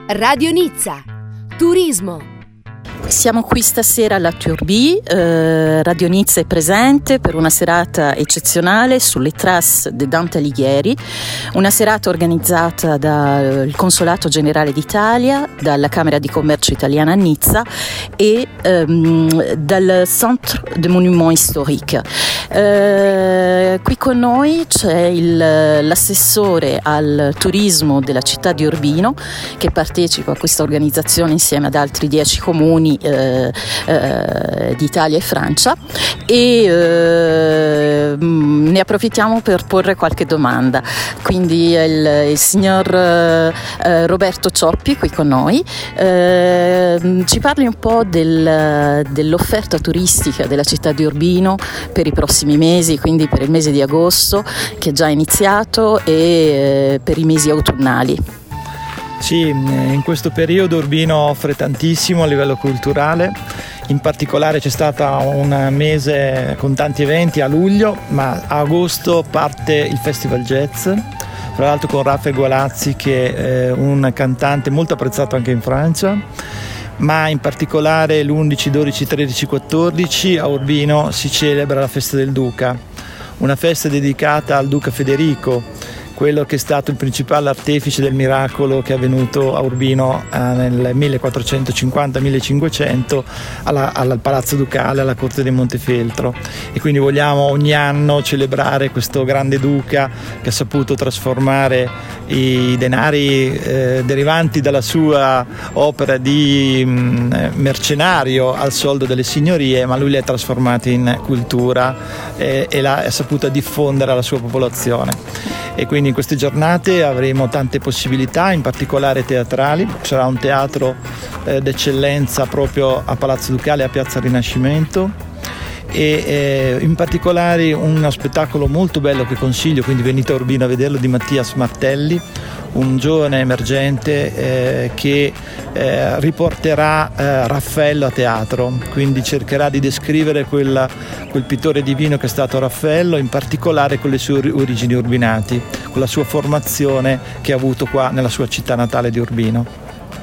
Radio Nizza, turismo. Siamo qui stasera alla Turbie, Radio Nizza è presente per una serata eccezionale sulle Traces de Dante Alighieri, una serata organizzata dal Consolato Generale d'Italia, dalla Camera di Commercio Italiana a Nizza e dal Centre des Monuments Historiques. Qui con noi c'è l'assessore al turismo della città di Urbino che partecipa a questa organizzazione insieme ad altri 10 comuni d'Italia e Francia e ne approfittiamo per porre qualche domanda. Quindi il signor Roberto Cioppi qui con noi, ci parli un po' dell'offerta turistica della città di Urbino per i prossimi mesi, quindi per il mese di agosto che è già iniziato e per i mesi autunnali. Sì, in questo periodo Urbino offre tantissimo a livello culturale, in particolare c'è stato un mese con tanti eventi a luglio, ma a agosto parte il Festival Jazz, fra l'altro con Raffaele Gualazzi che è un cantante molto apprezzato anche in Francia, ma in particolare l'11, 12, 13, 14 a Urbino si celebra la festa del Duca, una festa dedicata al Duca Federico, quello che è stato il principale artefice del miracolo che è avvenuto a Urbino nel 1450-1500 al Palazzo Ducale, alla Corte di Montefeltro, e quindi vogliamo ogni anno celebrare questo grande duca che ha saputo trasformare i denari derivanti dalla sua opera di mercenario al soldo delle signorie, ma lui li ha trasformati in cultura e l'ha saputo diffondere alla sua popolazione. E quindi in queste giornate avremo tante possibilità, in particolare teatrali. Sarà un teatro d'eccellenza proprio a Palazzo Ducale, a Piazza Rinascimento, e in particolare uno spettacolo molto bello che consiglio, quindi venite a Urbino a vederlo, di Mattias Martelli, un giovane emergente che riporterà Raffaello a teatro, quindi cercherà di descrivere quel pittore divino che è stato Raffaello, in particolare con le sue origini urbinati, con la sua formazione che ha avuto qua nella sua città natale di Urbino.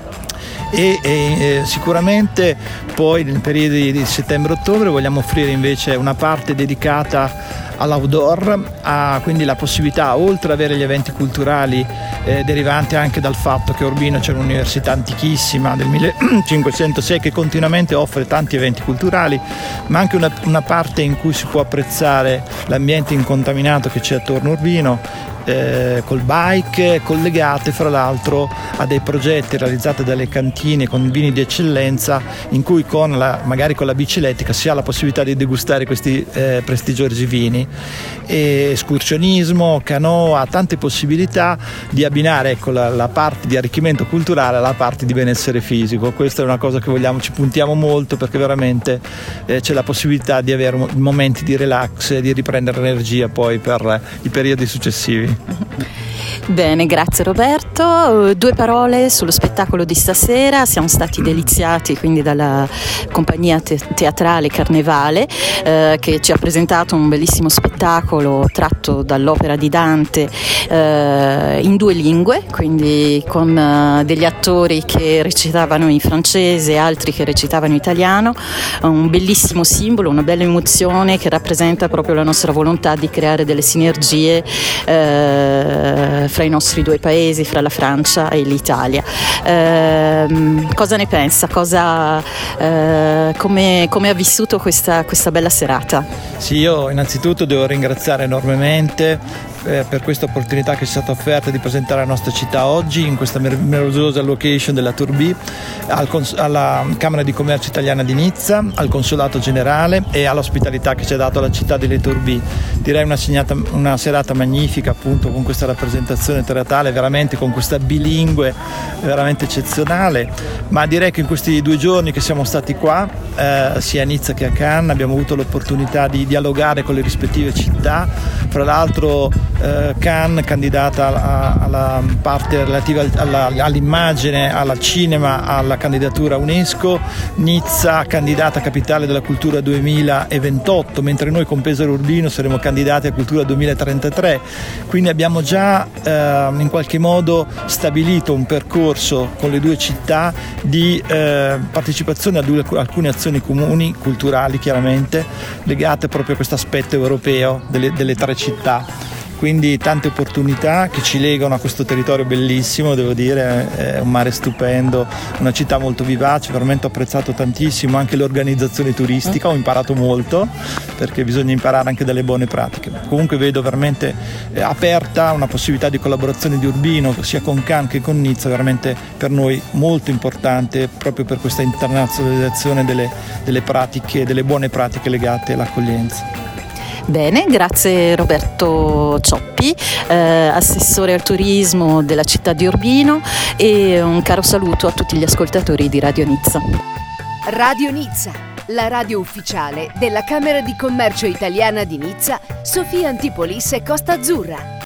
E sicuramente poi nel periodo di settembre-ottobre vogliamo offrire invece una parte dedicata all'outdoor, quindi la possibilità, oltre ad avere gli eventi culturali derivanti anche dal fatto che a Urbino c'è un'università antichissima del 1506 che continuamente offre tanti eventi culturali, ma anche una parte in cui si può apprezzare l'ambiente incontaminato che c'è attorno a Urbino, col bike, collegate fra l'altro a dei progetti realizzati dalle cantine con vini di eccellenza, in cui magari con la bici elettrica si ha la possibilità di degustare questi prestigiosi vini, e escursionismo, canoa, tante possibilità di abbinare la parte di arricchimento culturale alla parte di benessere fisico. Questa è una cosa che ci puntiamo molto, perché veramente c'è la possibilità di avere momenti di relax e di riprendere energia poi per i periodi successivi. Bene, grazie Roberto. 2 parole sullo spettacolo di stasera. Siamo stati deliziati quindi dalla compagnia teatrale Carnevale che ci ha presentato un bellissimo spettacolo tratto dall'opera di Dante in 2 lingue, quindi con degli attori che recitavano in francese e altri che recitavano in italiano, un bellissimo simbolo, una bella emozione che rappresenta proprio la nostra volontà di creare delle sinergie fra i nostri 2 paesi, fra la Francia e l'Italia. Cosa ne pensa? Come ha vissuto questa bella serata? Sì, io innanzitutto devo ringraziare enormemente per questa opportunità che ci è stata offerta di presentare la nostra città oggi in questa meravigliosa location della Turbie, alla Camera di Commercio Italiana di Nizza, al Consolato Generale e all'ospitalità che ci ha dato la città delle Turbie. Direi una serata magnifica, appunto, con questa rappresentazione teatrale, veramente con questa bilingue veramente eccezionale. Ma direi che in questi 2 giorni che siamo stati qua, sia a Nizza che a Cannes, abbiamo avuto l'opportunità di dialogare con le rispettive città. Fra l'altro Cannes candidata alla parte relativa all'immagine, al cinema, alla candidatura UNESCO, Nizza candidata a capitale della cultura 2028, mentre noi con Pesaro Urbino saremo candidati a cultura 2033, quindi abbiamo già in qualche modo stabilito un percorso con le due città di partecipazione ad alcune azioni comuni, culturali chiaramente, legate proprio a questo aspetto europeo delle tre città. Quindi tante opportunità che ci legano a questo territorio bellissimo, devo dire, è un mare stupendo, una città molto vivace, veramente ho apprezzato tantissimo anche l'organizzazione turistica, ho imparato molto perché bisogna imparare anche dalle buone pratiche. Comunque vedo veramente aperta una possibilità di collaborazione di Urbino sia con Cannes che con Nizza, veramente per noi molto importante proprio per questa internazionalizzazione delle pratiche, delle buone pratiche legate all'accoglienza. Bene, grazie Roberto Cioppi, assessore al turismo della città di Urbino, e un caro saluto a tutti gli ascoltatori di Radio Nizza. Radio Nizza, la radio ufficiale della Camera di Commercio Italiana di Nizza, Sofia Antipolis e Costa Azzurra.